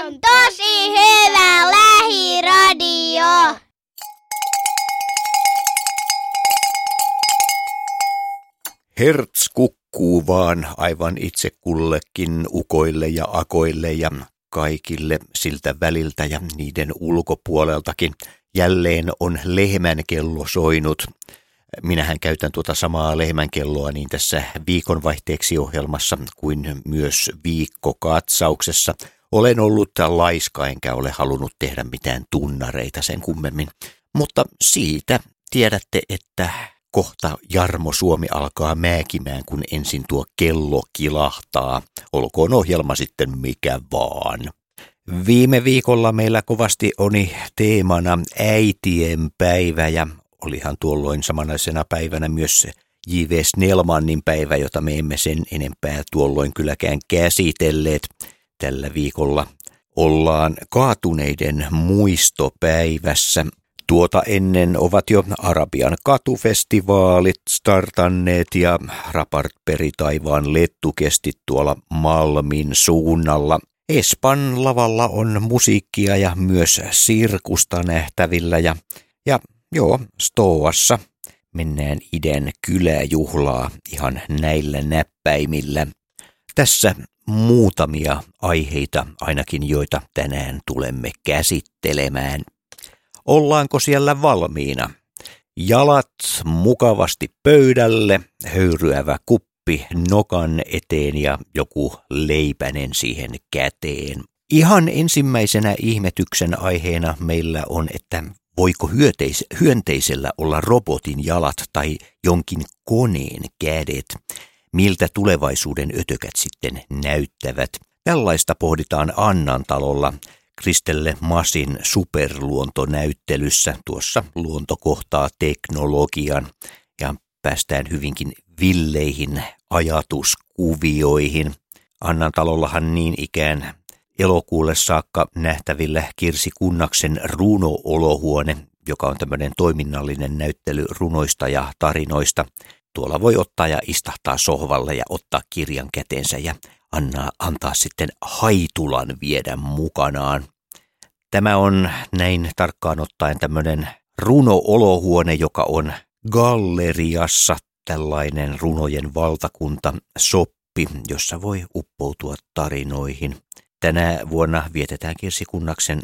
on tosi hyvä lähiradio. Hertz kukkuu vaan aivan itse kullekin ukoille ja akoille ja kaikille siltä väliltä ja niiden ulkopuoleltakin. Jälleen on lehmänkello soinut. Minähän käytän tuota samaa lehmänkelloa niin tässä viikonvaihteeksi ohjelmassa kuin myös viikkokatsauksessa. Olen ollut laiska enkä ole halunnut tehdä mitään tunnareita sen kummemmin. Mutta siitä tiedätte, että kohta Jarmo Suomi alkaa määkimään, kun ensin tuo kello kilahtaa. Olkoon ohjelma sitten mikä vaan. Viime viikolla meillä kovasti oli teemana äitien päivä ja olihan tuolloin samanaisena päivänä myös J.V. Snellmanin päivä, jota me emme sen enempää tuolloin kylläkään käsitelleet. Tällä viikolla ollaan kaatuneiden muistopäivässä. Tuota ennen ovat jo Arabian katufestivaalit startanneet ja Rapartperi taivaan lettukestit tuolla Malmin suunnalla. Espan lavalla on musiikkia ja myös sirkusta nähtävillä ja Stoassa mennään idän kyläjuhlaa ihan näillä näppäimillä. Tässä muutamia aiheita ainakin, joita tänään tulemme käsittelemään. Ollaanko siellä valmiina? Jalat mukavasti pöydälle, höyryävä kuppi nokan eteen ja joku leipänen siihen käteen. Ihan ensimmäisenä ihmetyksen aiheena meillä on, että voiko hyönteisellä olla robotin jalat tai jonkin koneen kädet? Miltä tulevaisuuden ötökät sitten näyttävät? Tällaista pohditaan Annantalolla Kristelle Masin superluontonäyttelyssä. Tuossa luonto kohtaa teknologian ja päästään hyvinkin villeihin ajatuskuvioihin. Annantalollahan niin ikään elokuulle saakka nähtävillä Kirsi Kunnaksen runo-olohuone, joka on tämmöinen toiminnallinen näyttely runoista ja tarinoista. Tuolla voi ottaa ja istahtaa sohvalle ja ottaa kirjan käteensä ja antaa sitten haitulan viedä mukanaan. Tämä on näin tarkkaan ottaen tämmöinen runo-olohuone, joka on galleriassa, tällainen runojen valtakunta soppi, jossa voi uppoutua tarinoihin. Tänä vuonna vietetään Kirsi Kunnaksen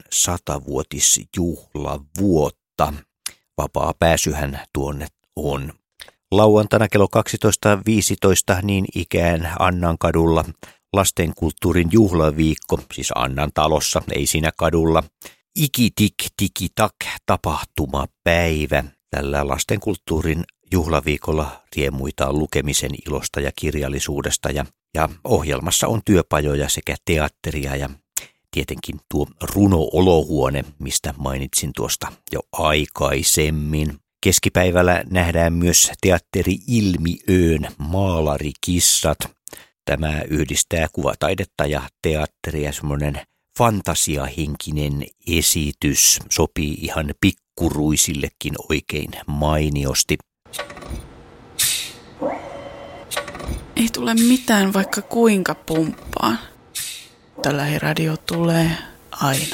100-vuotisjuhlavuotta. Vapaa pääsyhän tuonne on. Lauantaina kello 12.15 niin ikään Annankadulla lastenkulttuurin juhlaviikko, siis Annantalossa, ei siinä kadulla. Ikitik tikitak tapahtumapäivä. Tällä lastenkulttuurin juhlaviikolla riemuitaan lukemisen ilosta ja kirjallisuudesta ja ohjelmassa on työpajoja sekä teatteria ja tietenkin tuo runo-olohuone, mistä mainitsin tuosta jo aikaisemmin. Keskipäivällä nähdään myös teatteri Ilmiöön maalarikissat. Tämä yhdistää kuvataidetta ja teatteria, semmoinen fantasiahenkinen esitys, sopii ihan pikkuruisillekin oikein mainiosti. Ei tule mitään vaikka kuinka pumppaan. Tällä radio tulee aina.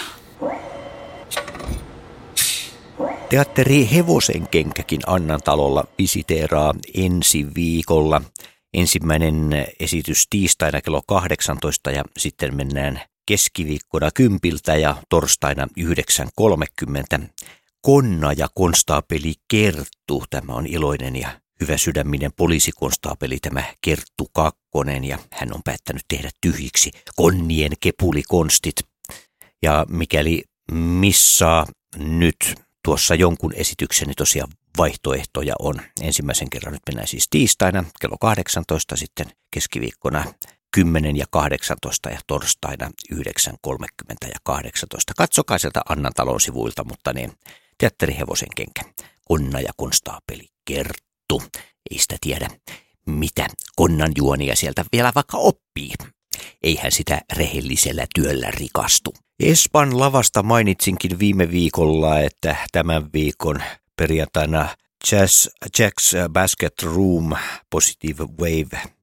Teatteri Hevosenkenkäkin Annantalolla visiteeraa ensi viikolla. Ensimmäinen esitys tiistaina kello 18 ja sitten mennään keskiviikkona 10 ja torstaina 9.30. Konna ja konstaapeli Kerttu, tämä on iloinen ja hyvä sydäminen poliisikonstaapeli tämä Kerttu Kakkonen ja hän on päättänyt tehdä tyhjiksi konnien kepulikonstit. Ja mikäli missaa nyt tuossa jonkun esityksen, niin tosiaan vaihtoehtoja on. Ensimmäisen kerran nyt mennään siis tiistaina kello 18, sitten keskiviikkona 10 ja 18 ja torstaina 9.30 ja 18. Katsokaa sieltä Annantalon sivuilta, mutta niin teatteri Hevosenkenkä, Konna ja konstaapeli Kerttu. Ei sitä tiedä, mitä konnan juonia sieltä vielä vaikka oppii. Eihän sitä rehellisellä työllä rikastu. Espan lavasta mainitsinkin viime viikolla, että tämän viikon perjantaina Jack's Basket Room Positive Wave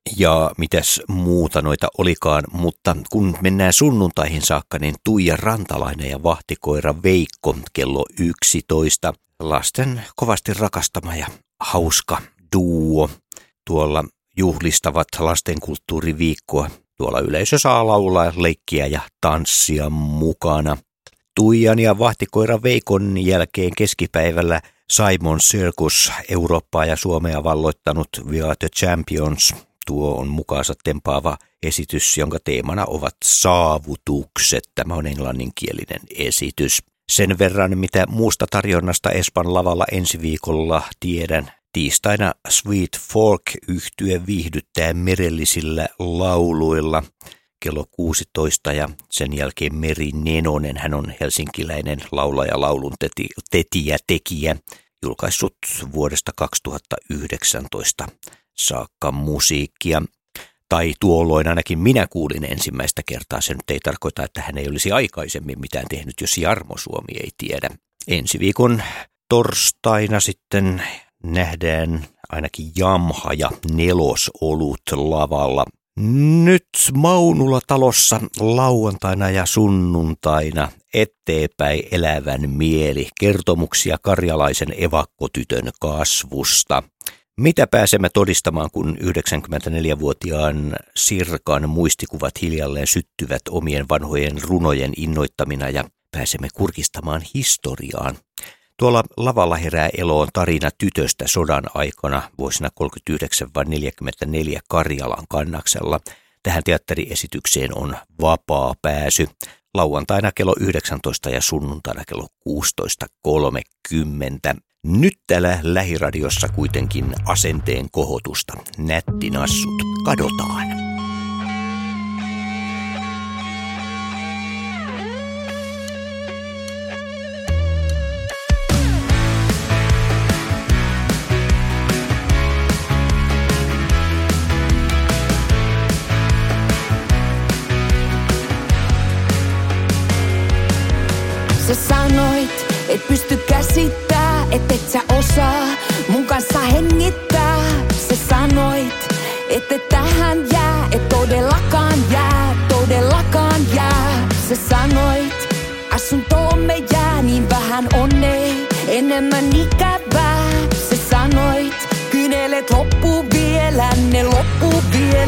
ja mitäs muuta noita olikaan, mutta kun mennään sunnuntaihin saakka, niin Tuija Rantalainen ja vahtikoira Veikko kello 11. Lasten kovasti rakastama ja hauska duo. Tuolla juhlistavat lastenkulttuuriviikkoa. Tuolla yleisö saa laulaa, leikkiä ja tanssia mukana. Tuijan ja vahtikoira Veikon jälkeen keskipäivällä Simon Circus, Eurooppaa ja Suomea valloittanut We Are the Champions. Tuo on mukaansa tempaava esitys, jonka teemana ovat saavutukset. Tämä on englanninkielinen esitys. Sen verran, mitä muusta tarjonnasta Espan lavalla ensi viikolla tiedän. Tiistaina Sweet Fork-yhtye viihdyttää merellisillä lauluilla kello 16 ja sen jälkeen Meri Nenonen, hän on helsinkiläinen laulaja, laulun tekijä, julkaissut vuodesta 2019 saakka musiikkia. Tai tuolloin ainakin minä kuulin ensimmäistä kertaa. Se nyt ei tarkoita, että hän ei olisi aikaisemmin mitään tehnyt, jos Jarmo Suomi ei tiedä. Ensi viikon torstaina sitten nähdään ainakin Jamha ja Nelosolut lavalla. Nyt Maunula talossa lauantaina ja sunnuntaina eteenpäin elävän mieli. Kertomuksia karjalaisen evakkotytön kasvusta. Mitä pääsemme todistamaan, kun 94-vuotiaan Sirkan muistikuvat hiljalleen syttyvät omien vanhojen runojen innoittamina ja pääsemme kurkistamaan historiaan. Tuolla lavalla herää eloon tarina tytöstä sodan aikana vuosina 39-44 Karjalan kannaksella. Tähän teatteriesitykseen on vapaa pääsy lauantaina kello 19 ja sunnuntaina kello 16.30. Nyt täällä Lähiradiossa kuitenkin asenteen kohotusta. Nättinassut kadotaan. Sä sanoit, et pysty käsittää, et sä osaa mun kanssa hengittää. Sä sanoit, et tähän jää, et todellakaan jää. Sä sanoit, asuntoomme jää niin vähän onnea, enemmän ikävää. Sä sanoit, kynelet loppuu vielä, ne loppuu.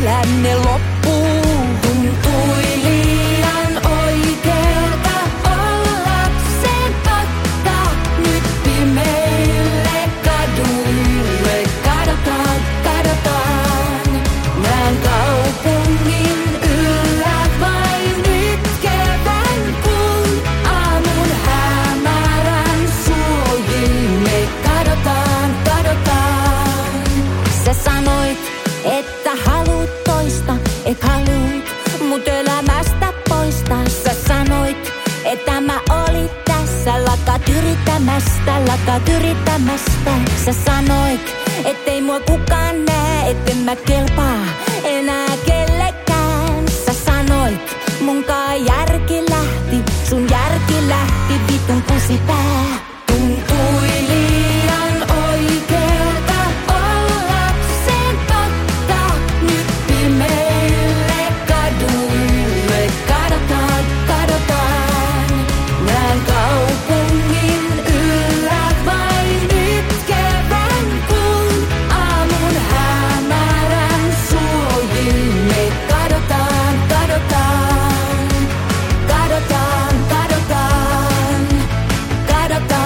Tuntui liian oikeelta ollakseen totta. Nyt pimeille kaduille kadotaan. Näen kaupungin yllä vain nyt kevään kuun. Aamun hämärän suojille kadotaan. Sä sanoit, että haluut toista, et haluut mut elämästä poistaa. Sä sanoit, että mä olit tässä lakat yrittämästä. Sä sanoit, ettei mua kukaan näe, etten mä kelpaa enää kellekään. Sä sanoit, munkaan järki lähti, sun järki lähti, vitun kusipää. Tuntui liian oikeelta ollakseen totta. Nyt pimeille kaduille kadotaan. Näen kaupungin yllä vain nyt kevään kuun. Aamun hämärän suojille kadotaan. Kadotaan.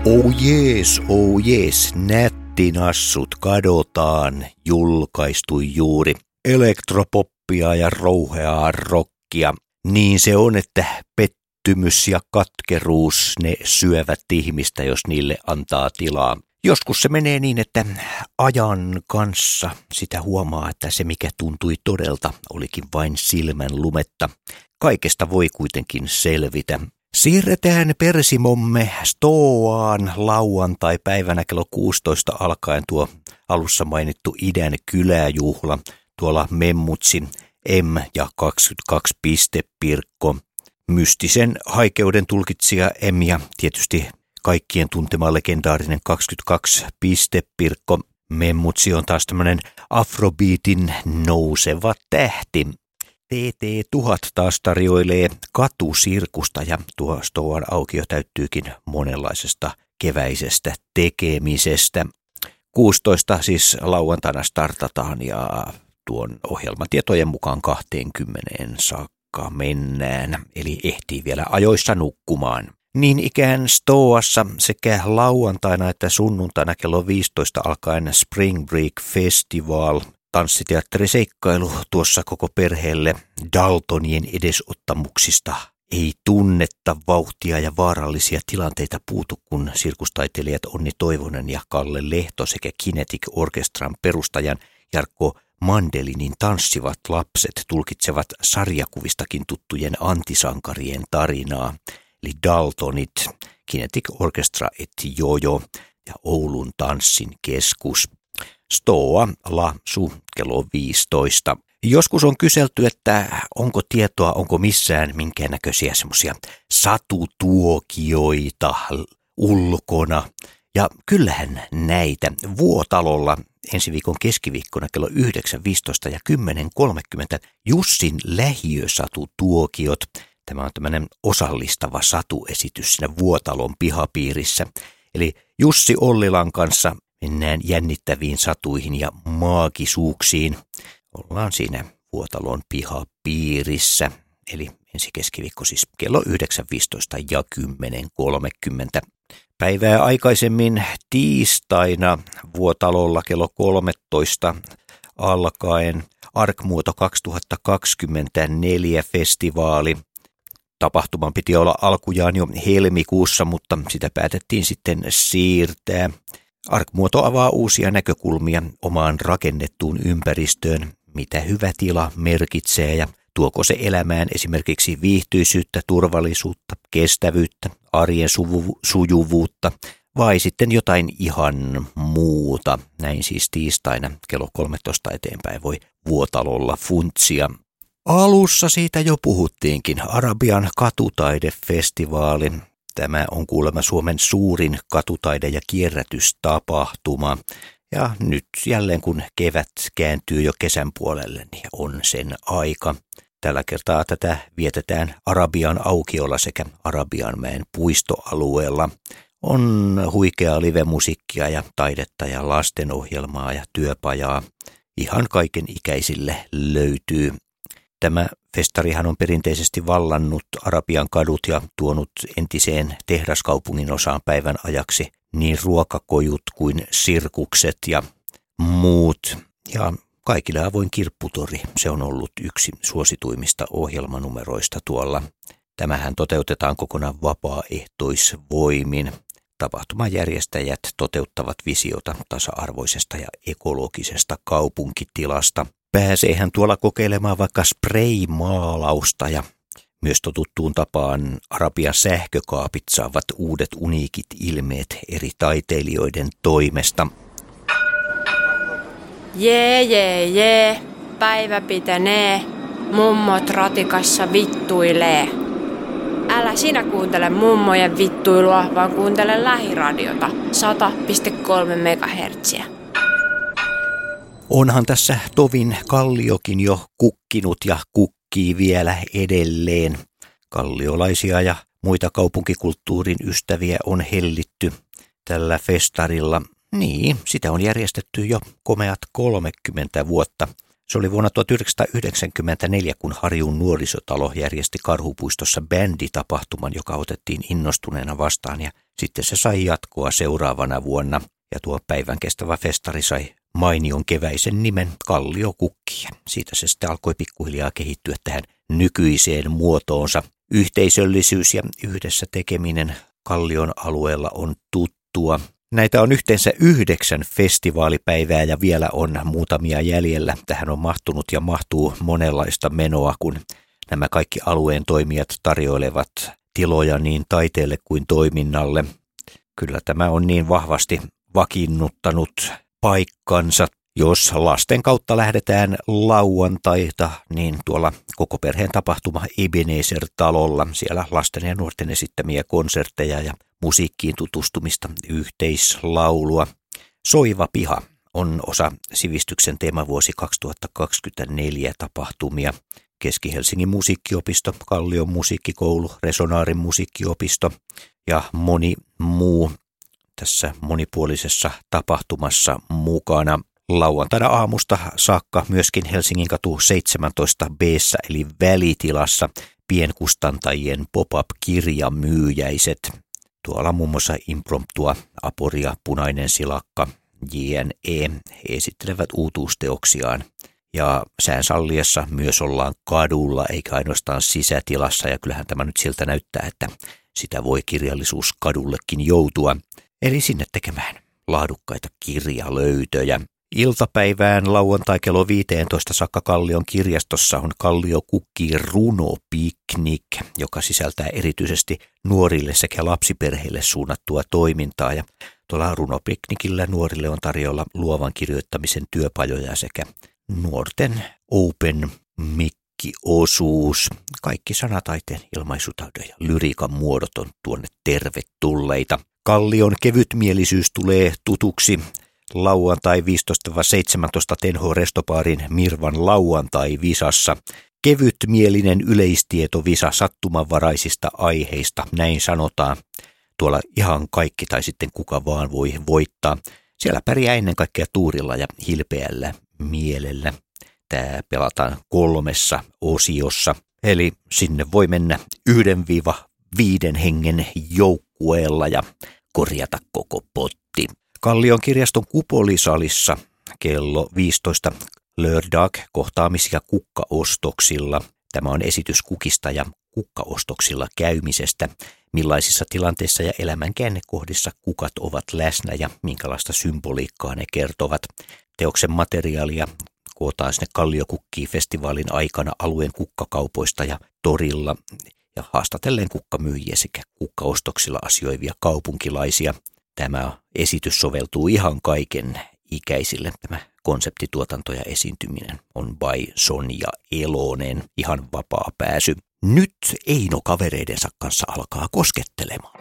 Oh jees, nättinassut kadotaan, julkaistui juuri. Elektropoppia ja rouheaa rockia. Niin se on, että pettymys ja katkeruus, ne syövät ihmistä, jos niille antaa tilaa. Joskus se menee niin, että ajan kanssa sitä huomaa, että se mikä tuntui todelta olikin vain silmän lumetta. Kaikesta voi kuitenkin selvitä. Siirretään persimomme Stoaan lauantai-päivänä kello 16 alkaen tuo alussa mainittu idän kyläjuhla. Tuolla Memmutsin M ja 22 Pirkko. Mystisen haikeuden tulkitsija M ja tietysti kaikkien tuntema legendaarinen 22 Pirkko. Memmutsi on taas tämmöinen afrobeatin nouseva tähti. TT1000 taas tarjoilee katusirkusta ja tuo Stoan aukio täyttyykin monenlaisesta keväisestä tekemisestä. 16 siis lauantaina startataan ja tuon ohjelmatietojen mukaan 20 saakka mennään, eli ehtii vielä ajoissa nukkumaan. Niin ikään Stoassa sekä lauantaina että sunnuntaina kello 15 alkaen Spring Break Festival, tanssiteatteriseikkailu tuossa koko perheelle Daltonien edesottamuksista. Ei tunnetta, vauhtia ja vaarallisia tilanteita puutu, kun sirkustaiteilijat Onni Toivonen ja Kalle Lehto sekä Kinetic Orchestran perustajan Jarkko Mandelinin tanssivat lapset tulkitsevat sarjakuvistakin tuttujen antisankarien tarinaa. Eli Daltonit, Kinetic Orchestra et Jojo ja Oulun tanssin keskus. Stoa Lasu kello 15. Joskus on kyselty, että onko tietoa, onko missään minkäännäköisiä semmoisia satutuokioita ulkona. Ja kyllähän näitä Vuotalolla ensi viikon keskiviikkona kello 9.15 ja 10.30 Jussin lähiösatutuokiot. Tämä on tämmöinen osallistava satuesitys siinä Vuotalon pihapiirissä. Eli Jussi Ollilan kanssa mennään jännittäviin satuihin ja maagisuuksiin. Ollaan siinä Vuotalon pihapiirissä. Eli ensi keskiviikko siis kello 9.15 ja 10.30. Päivää aikaisemmin tiistaina Vuotalolla kello 13 alkaen Arkmuoto 2024 festivaali. Tapahtuman piti olla alkujaan jo helmikuussa, mutta sitä päätettiin sitten siirtää. Arkmuoto avaa uusia näkökulmia omaan rakennettuun ympäristöön, mitä hyvä tila merkitsee ja tuoko se elämään esimerkiksi viihtyisyyttä, turvallisuutta, kestävyyttä, arjen sujuvuutta vai sitten jotain ihan muuta. Näin siis tiistaina kello 13 eteenpäin voi Vuotalolla funtsia. Alussa siitä jo puhuttiinkin, Arabian katutaidefestivaali. Tämä on kuulemma Suomen suurin katutaide- ja kierrätystapahtuma. Ja nyt jälleen kun kevät kääntyy jo kesän puolelle, niin on sen aika. Tällä kertaa tätä vietetään Arabian aukiolla sekä Arabianmäen puistoalueella. On huikeaa livemusiikkia ja taidetta ja lastenohjelmaa ja työpajaa. Ihan kaiken ikäisille löytyy. Tämä festarihan on perinteisesti vallannut Arabian kadut ja tuonut entiseen tehdaskaupungin osaan päivän ajaksi niin ruokakojut kuin sirkukset ja muut. Ja kaikille avoin kirpputori, se on ollut yksi suosituimmista ohjelmanumeroista tuolla. Tämähän toteutetaan kokonaan vapaaehtoisvoimin. Tapahtuman järjestäjät toteuttavat visiota tasa-arvoisesta ja ekologisesta kaupunkitilasta. Pääseehän tuolla kokeilemaan vaikka spraymaalausta ja myös totuttuun tapaan Arabian sähkökaapit saavat uudet uniikit ilmeet eri taiteilijoiden toimesta. Jee, päivä pitenee, mummot ratikassa vittuilee. Älä sinä kuuntele mummojen vittuilua, vaan kuuntele lähiradiota 100,3 MHz. Onhan tässä tovin Kalliokin jo kukkinut ja kukkii vielä edelleen. Kalliolaisia ja muita kaupunkikulttuurin ystäviä on hellitty tällä festarilla. Niin, sitä on järjestetty jo komeat 30 vuotta. Se oli vuonna 1994, kun Harjun nuorisotalo järjesti Karhupuistossa bänditapahtuman, joka otettiin innostuneena vastaan ja sitten se sai jatkoa seuraavana vuonna ja tuo päivän kestävä festari sai mainion keväisen nimen Kalliokukki. Siitä se sitten alkoi pikkuhiljaa kehittyä tähän nykyiseen muotoonsa. Yhteisöllisyys ja yhdessä tekeminen Kallion alueella on tuttua. Näitä on yhteensä 9 festivaalipäivää ja vielä on muutamia jäljellä. Tähän on mahtunut ja mahtuu monenlaista menoa, kun nämä kaikki alueen toimijat tarjoilevat tiloja niin taiteelle kuin toiminnalle. Kyllä tämä on niin vahvasti vakiinnuttanut paikkansa. Jos lasten kautta lähdetään lauantaita, niin tuolla koko perheen tapahtuma Ebenezer-talolla, siellä lasten ja nuorten esittämiä konsertteja ja musiikkiin tutustumista, yhteislaulua. Soiva piha on osa Sivistyksen teemavuosi 2024 tapahtumia. Keski-Helsingin musiikkiopisto, Kallion musiikkikoulu, Resonaarin musiikkiopisto ja moni muu tässä monipuolisessa tapahtumassa mukana. Lauantaina aamusta saakka myöskin Helsingin katu 17B:ssä eli välitilassa pienkustantajien pop-up-kirjamyyjäiset. Tuolla muun muassa Impromptua, Aporia, Punainen silakka, JNE esittelevät uutuusteoksiaan. Ja sään salliessa myös ollaan kadulla eikä ainoastaan sisätilassa ja kyllähän tämä nyt siltä näyttää, että sitä voi kirjallisuus kadullekin joutua. Eli sinne tekemään laadukkaita kirjalöytöjä. Iltapäivään lauantai kello 15 saakka Kallion kirjastossa on Kalliokukki runopiknik, joka sisältää erityisesti nuorille sekä lapsiperheille suunnattua toimintaa. Ja tuolla runopiknikillä nuorille on tarjolla luovan kirjoittamisen työpajoja sekä nuorten open mic-osuus. Kaikki sanataiteen, ilmaisutaidon ja lyriikan muodot on tuonne tervetulleita. Kallion kevytmielisyys tulee tutuksi lauantai 15-17 Tenho Restopaarin Mirvan lauantai-visassa. Kevytmielinen yleistietovisa sattumanvaraisista aiheista, näin sanotaan. Tuolla ihan kaikki tai sitten kuka vaan voi voittaa. Siellä pärjää ennen kaikkea tuurilla ja hilpeällä mielellä. Tämä pelataan 3 osiossa, eli sinne voi mennä 1-5 hengen joukkueella ja korjata koko potti. Kallion kirjaston kupolisalissa kello 15 lördag kohtaamisia kukkaostoksilla. Tämä on esitys kukista ja kukkaostoksilla käymisestä, millaisissa tilanteissa ja elämän käännekohdissa kukat ovat läsnä ja minkälaista symboliikkaa ne kertovat. Teoksen materiaalia kootaan sinne Kalliokukki-festivaalin aikana alueen kukkakaupoista ja torilla ja haastatellen kukkamyyjiä sekä kukkaostoksilla asioivia kaupunkilaisia. Tämä esitys soveltuu ihan kaiken ikäisille. Tämä konseptituotanto ja esiintyminen on by Sonja Elonen, ihan vapaa pääsy. Nyt Eino kavereidensa kanssa alkaa koskettelemaan.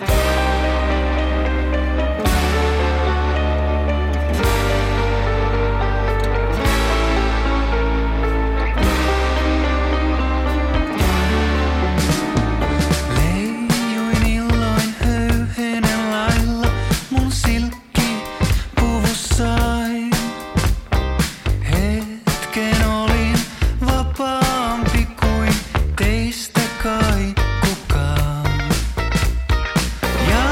Ja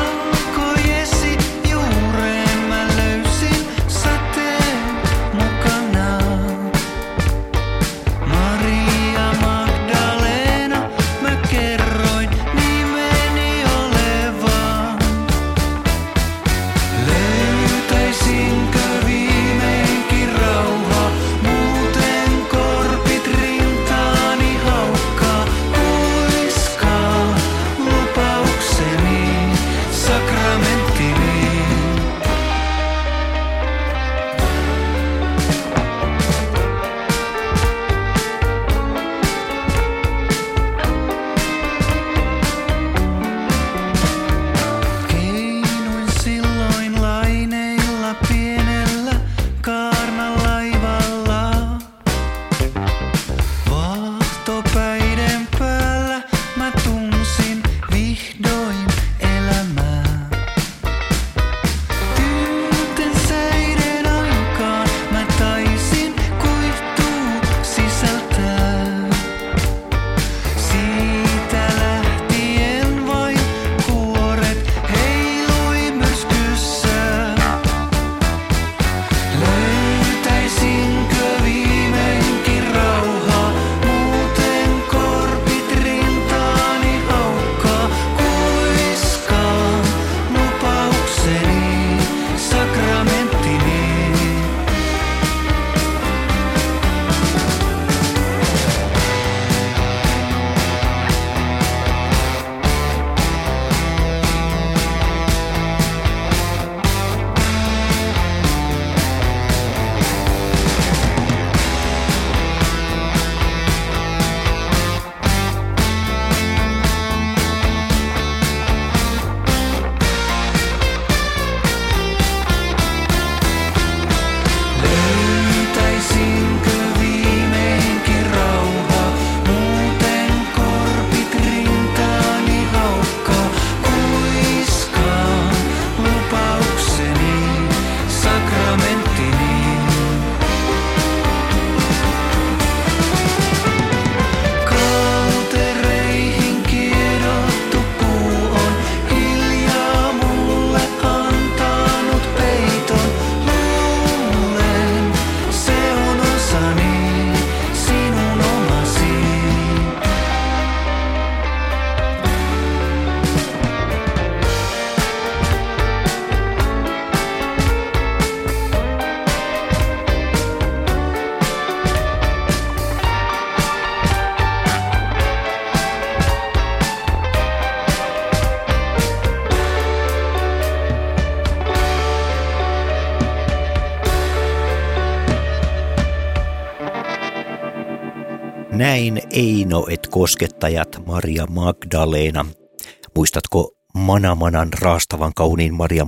Näin Eino et koskettajat Maria Magdalena. Muistatko Manamanan raastavan kauniin Maria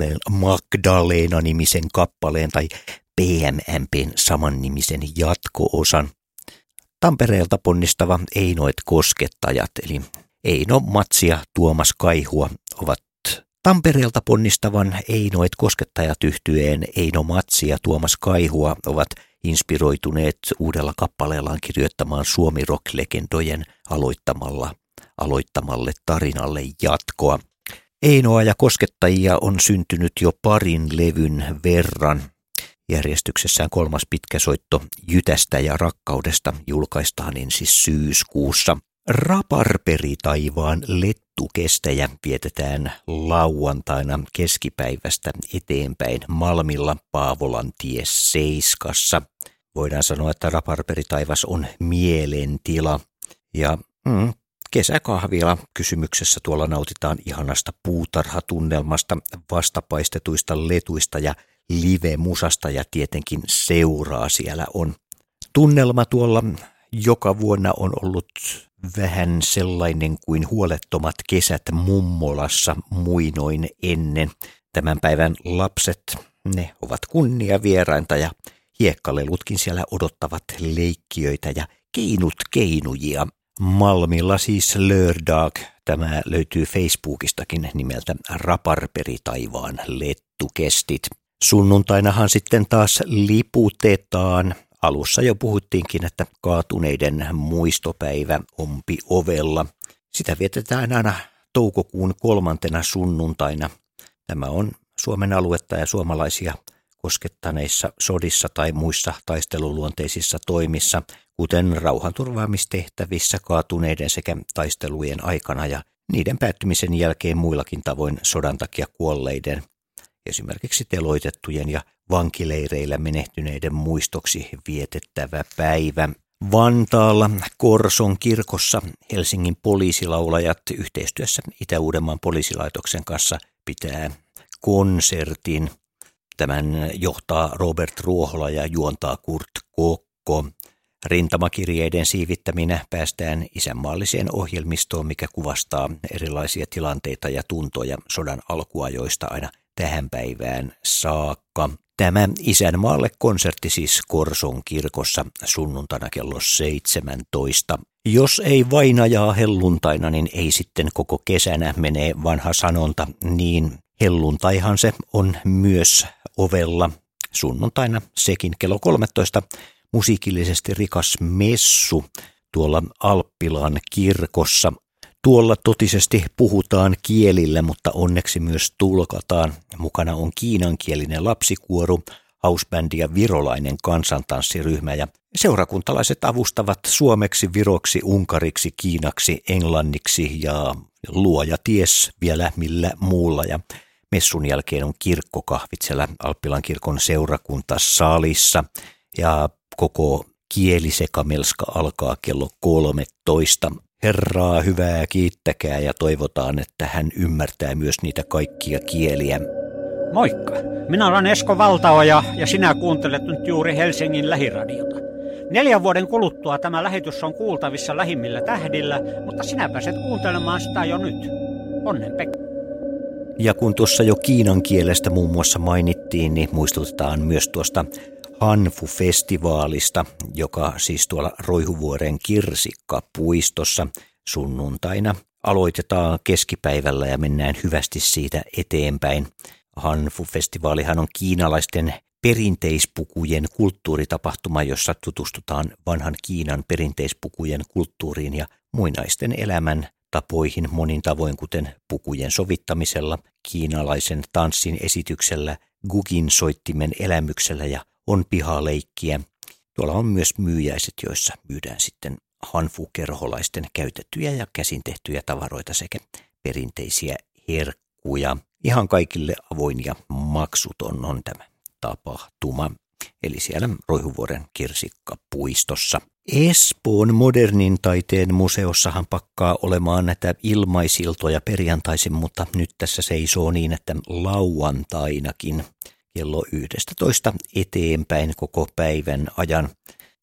Magdalena-nimisen kappaleen tai PMMPn samannimisen jatko-osan? Tampereelta ponnistava Eino et koskettajat, eli Eino Matsi ja Tuomas Kaihua ovat Tampereelta ponnistavan Eino et koskettajat -yhtyeen Eino Matsi ja Tuomas Kaihua ovat inspiroituneet uudella kappaleellaan kirjoittamaan suomi-rock-legendojen aloittamalle tarinalle jatkoa. Einoa ja koskettajia on syntynyt jo parin levyn verran. Järjestyksessään 3. pitkäsoitto Jytästä ja rakkaudesta julkaistaan ensi syyskuussa. Raparperitaivaan lettukestejä vietetään lauantaina keskipäivästä eteenpäin Malmilla Paavolan tie 7. Voidaan sanoa, että Raparperitaivas on mielentila ja kesäkahvila kysymyksessä tuolla nautitaan ihanasta puutarhatunnelmasta, vastapaistetuista letuista ja live-musasta ja tietenkin seuraa siellä on. Tunnelma tuolla joka vuonna on ollut vähän sellainen kuin huolettomat kesät mummolassa muinoin ennen. Tämän päivän lapset, ne ovat kunniavierainta ja hiekkalelutkin siellä odottavat leikkiöitä ja keinut keinujia. Malmilla siis lördag. Tämä löytyy Facebookistakin nimeltä Raparperitaivaan lettukestit. Sunnuntainahan sitten taas liputetaan. Alussa jo puhuttiinkin, että kaatuneiden muistopäivä ompi ovella. Sitä vietetään aina toukokuun 3. sunnuntaina. Tämä on Suomen aluetta ja suomalaisia koskettaneissa sodissa tai muissa taisteluluonteisissa toimissa, kuten rauhanturvaamistehtävissä kaatuneiden sekä taistelujen aikana ja niiden päättymisen jälkeen muillakin tavoin sodan takia kuolleiden, esimerkiksi teloitettujen ja vankileireillä menehtyneiden muistoksi vietettävä päivä. Vantaalla Korson kirkossa Helsingin poliisilaulajat yhteistyössä Itä-Uudenmaan poliisilaitoksen kanssa pitää konsertin. Tämän johtaa Robert Ruohola ja juontaa Kurt Kokko. Rintamakirjeiden siivittäminä päästään isänmaalliseen ohjelmistoon, mikä kuvastaa erilaisia tilanteita ja tuntoja sodan alkuajoista aina tähän päivään saakka. Tämä Isänmaalle -konsertti siis Korson kirkossa sunnuntaina kello 17. Jos ei vainajaa helluntaina, niin ei sitten koko kesänä, menee vanha sanonta, niin helluntaihan se on myös ovella. Sunnuntaina sekin kello 13. Musiikillisesti rikas messu tuolla Alppilan kirkossa. Tuolla totisesti puhutaan kielillä, mutta onneksi myös tulkataan. Mukana on kiinankielinen lapsikuoru, housebändi ja virolainen kansantanssiryhmä. Ja seurakuntalaiset avustavat suomeksi, viroksi, unkariksi, kiinaksi, englanniksi ja luoja ties vielä millä muulla. Ja messun jälkeen on kirkkokahvit siellä Alppilan kirkon seurakuntasalissa ja koko kielisekamelska alkaa kello 13. Herraa hyvää kiittäkää ja toivotaan, että hän ymmärtää myös niitä kaikkia kieliä. Moikka! Minä olen Esko Valtaoja ja sinä kuuntelet nyt juuri Helsingin lähiradiota. 4 vuoden kuluttua tämä lähetys on kuultavissa lähimmillä tähdillä, mutta sinä pääset kuuntelemaan sitä jo nyt. Onnen Pekka. Ja kun tuossa jo kiinan kielestä muun muassa mainittiin, niin muistutetaan myös tuosta Hanfu-festivaalista, joka siis tuolla Roihuvuoren kirsikkapuistossa sunnuntaina aloitetaan keskipäivällä ja mennään hyvästi siitä eteenpäin. Hanfu-festivaalihan on kiinalaisten perinteispukujen kulttuuritapahtuma, jossa tutustutaan vanhan Kiinan perinteispukujen kulttuuriin ja muinaisten elämän tapoihin monin tavoin, kuten pukujen sovittamisella, kiinalaisen tanssin esityksellä, gugin soittimen elämyksellä ja on pihaleikkiä. Tuolla on myös myyjäiset, joissa myydään sitten hanfu-kerholaisten käytettyjä ja käsin tehtyjä tavaroita sekä perinteisiä herkkuja. Ihan kaikille avoin ja maksuton on tämä tapahtuma. Eli siellä Roihuvuoren kirsikkapuistossa. Espoon modernin taiteen museossahan pakkaa olemaan näitä ilmaisiltoja perjantaisin, mutta nyt tässä seisoo niin, että lauantainakin kello 11 eteenpäin koko päivän ajan.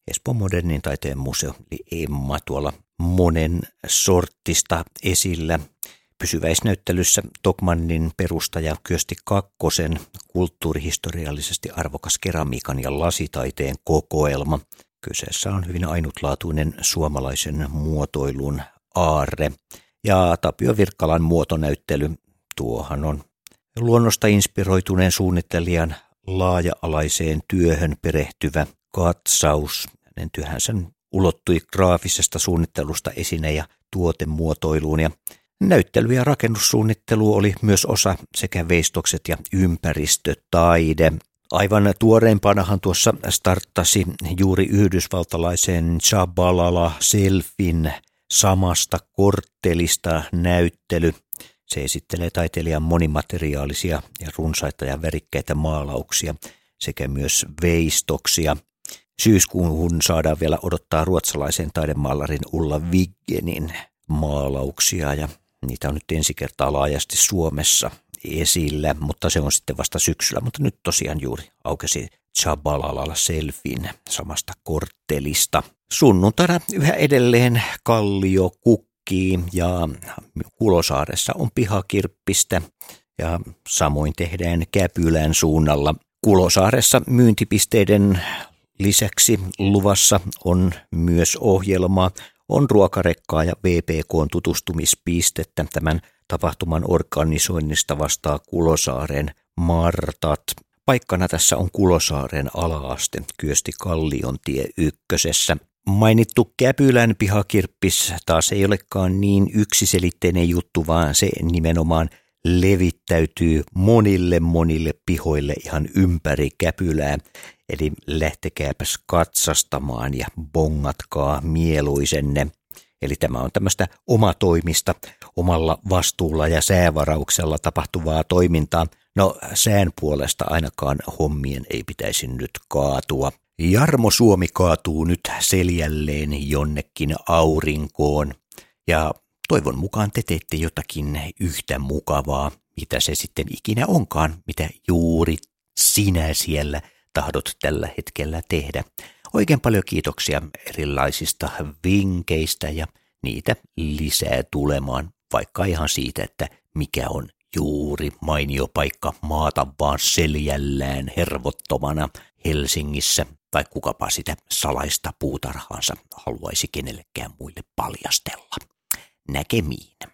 Espoon modernin taiteen museo, eli EMMA, tuolla monen sortista esillä. Pysyväisnäyttelyssä Tokmannin perustaja Kyösti Kakkosen kulttuurihistoriallisesti arvokas keramiikan ja lasitaiteen kokoelma. Kyseessä on hyvin ainutlaatuinen suomalaisen muotoilun aarre. Ja Tapio Virkkalan muotonäyttely, tuohan on luonnosta inspiroituneen suunnittelijan laaja-alaiseen työhön perehtyvä katsaus. Hänen työhänsä ulottui graafisesta suunnittelusta esine- ja tuotemuotoiluun ja näyttely- ja rakennussuunnittelu oli myös osa sekä veistokset ja ympäristötaide. Aivan tuoreimpanahan tuossa starttasi juuri yhdysvaltalaisen Tshabalala Selfin Samasta korttelista näyttely. Se esittelee taiteilijan monimateriaalisia ja runsaita ja värikkäitä maalauksia sekä myös veistoksia. Syyskuuhun saadaan vielä odottaa ruotsalaisen taidemaalarin Ulla Viggenin maalauksia ja niitä on nyt ensi kertaa laajasti Suomessa esillä, mutta se on sitten vasta syksyllä. Mutta nyt tosiaan juuri aukesi Tshabalala Selfin Samasta korttelista. Sunnuntaina yhä edelleen Kallio kukkii ja Kulosaaressa on pihakirppistä ja samoin tehdään Käpylän suunnalla. Kulosaaressa myyntipisteiden lisäksi luvassa on myös ohjelmaa, on ruokarekkaa ja VPK:n tutustumispistettä. Tämän tapahtuman organisoinnista vastaa Kulosaaren Martat. Paikkana tässä on Kulosaaren ala-aste Kyösti Kalliontie 1. Mainittu Käpylän pihakirppis taas ei olekaan niin yksiselitteinen juttu, vaan se nimenomaan levittäytyy monille pihoille ihan ympäri Käpylää. Eli lähtekääpäs katsastamaan ja bongatkaa mieluisenne. Eli tämä on tämmöistä omatoimista, omalla vastuulla ja säävarauksella tapahtuvaa toimintaa. No sään puolesta ainakaan hommien ei pitäisi nyt kaatua. Jarmo Suomi kaatuu nyt seljälleen jonnekin aurinkoon ja toivon mukaan te teette jotakin yhtä mukavaa, mitä se sitten ikinä onkaan, mitä juuri sinä siellä tahdot tällä hetkellä tehdä. Oikein paljon kiitoksia erilaisista vinkkeistä ja niitä lisää tulemaan, vaikka ihan siitä, että mikä on juuri mainio paikka maata vaan seljällään hervottomana Helsingissä, tai kukapa sitä salaista puutarhaansa haluaisi kenellekään muille paljastella. Näkemiin.